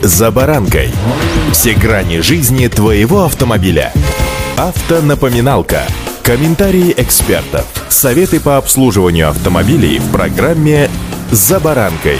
«За баранкой». Все грани жизни твоего автомобиля. Автонапоминалка. Комментарии экспертов. Советы по обслуживанию автомобилей в программе «За баранкой».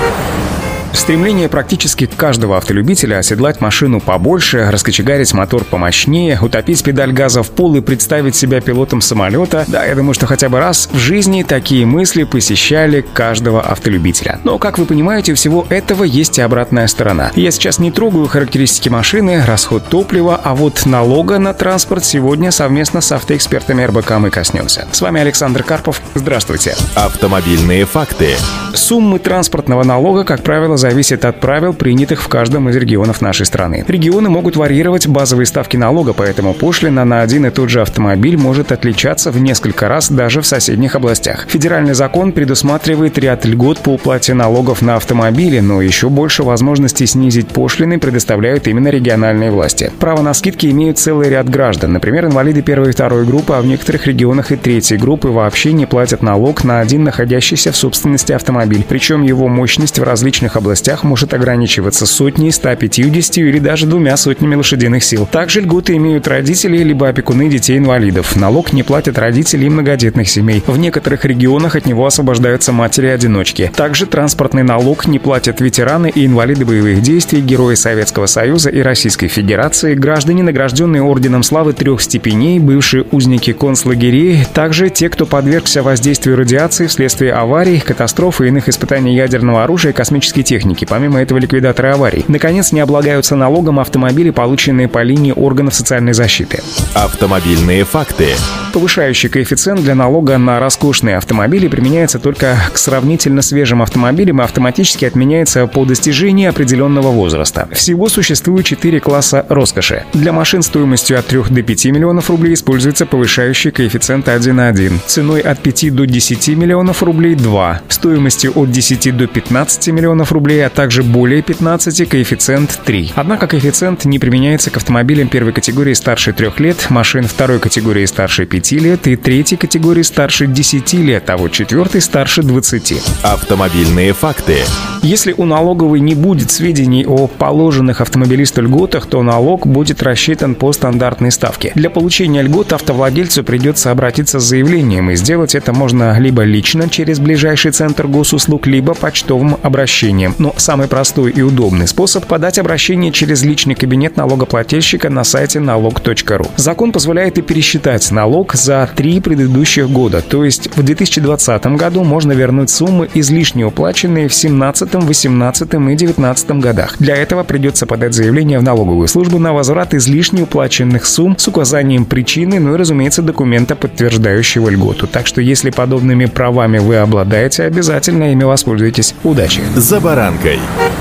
Стремление практически каждого автолюбителя оседлать машину побольше, раскочегарить мотор помощнее, утопить педаль газа в пол и представить себя пилотом самолета. Да, я думаю, что хотя бы раз в жизни такие мысли посещали каждого автолюбителя. Но, как вы понимаете, у всего этого есть и обратная сторона. Я сейчас не трогаю характеристики машины, расход топлива, а вот налога на транспорт сегодня совместно с автоэкспертами РБК мы коснемся. С вами Александр Карпов. Здравствуйте. Автомобильные факты. Суммы транспортного налога, как правило, зависит от правил, принятых в каждом из регионов нашей страны. Регионы могут варьировать базовые ставки налога, поэтому пошлина на один и тот же автомобиль может отличаться в несколько раз даже в соседних областях. Федеральный закон предусматривает ряд льгот по уплате налогов на автомобили, но еще больше возможностей снизить пошлины предоставляют именно региональные власти. Право на скидки имеют целый ряд граждан. Например, инвалиды первой и второй группы, а в некоторых регионах и третьей группы вообще не платят налог на один находящийся в собственности автомобиль. Причем его мощность в различных областях может ограничиваться сотней, 150 или даже 200 лошадиных сил. Также льготы имеют родители либо опекуны детей-инвалидов. Налог не платят родители многодетных семей. В некоторых регионах от него освобождаются матери-одиночки. Также транспортный налог не платят ветераны и инвалиды боевых действий, герои Советского Союза и Российской Федерации, граждане, награжденные орденом славы 3 степеней, бывшие узники концлагерей, также те, кто подвергся воздействию радиации вследствие аварий, катастроф и иных испытаний ядерного оружия и космической техники. Помимо этого, ликвидаторы аварий. Наконец, не облагаются налогом автомобили, полученные по линии органов социальной защиты. Автомобильные факты. Повышающий коэффициент для налога на роскошные автомобили применяется только к сравнительно свежим автомобилям и автоматически отменяется по достижении определенного возраста. Всего существует 4 класса роскоши. Для машин стоимостью от 3 до 5 миллионов рублей используется повышающий коэффициент 1,1. Ценой от 5 до 10 миллионов рублей 2. Стоимостью от 10 до 15 миллионов рублей, а также более 15 коэффициент 3. Однако коэффициент не применяется к автомобилям первой категории старше 3 лет, машин второй категории старше 5 лет и третьей категории старше 10 лет, а вот четвертой старше 20. Автомобильные факты. Если у налоговой не будет сведений о положенных автомобилисту льготах, то налог будет рассчитан по стандартной ставке. Для получения льгот автовладельцу придется обратиться с заявлением, и сделать это можно либо лично через ближайший центр госуслуг, либо почтовым обращением. Но самый простой и удобный способ — подать обращение через личный кабинет налогоплательщика на сайте налог.ру. Закон позволяет и пересчитать налог за 3 предыдущих года, то есть в 2020 году можно вернуть суммы, излишне уплаченные в 2017, 2018 и 2019 годах. Для этого придется подать заявление в налоговую службу на возврат излишне уплаченных сумм с указанием причины, ну и, разумеется, документа, подтверждающего льготу. Так что, если подобными правами вы обладаете, обязательно ими воспользуйтесь. Удачи! «За баранкой».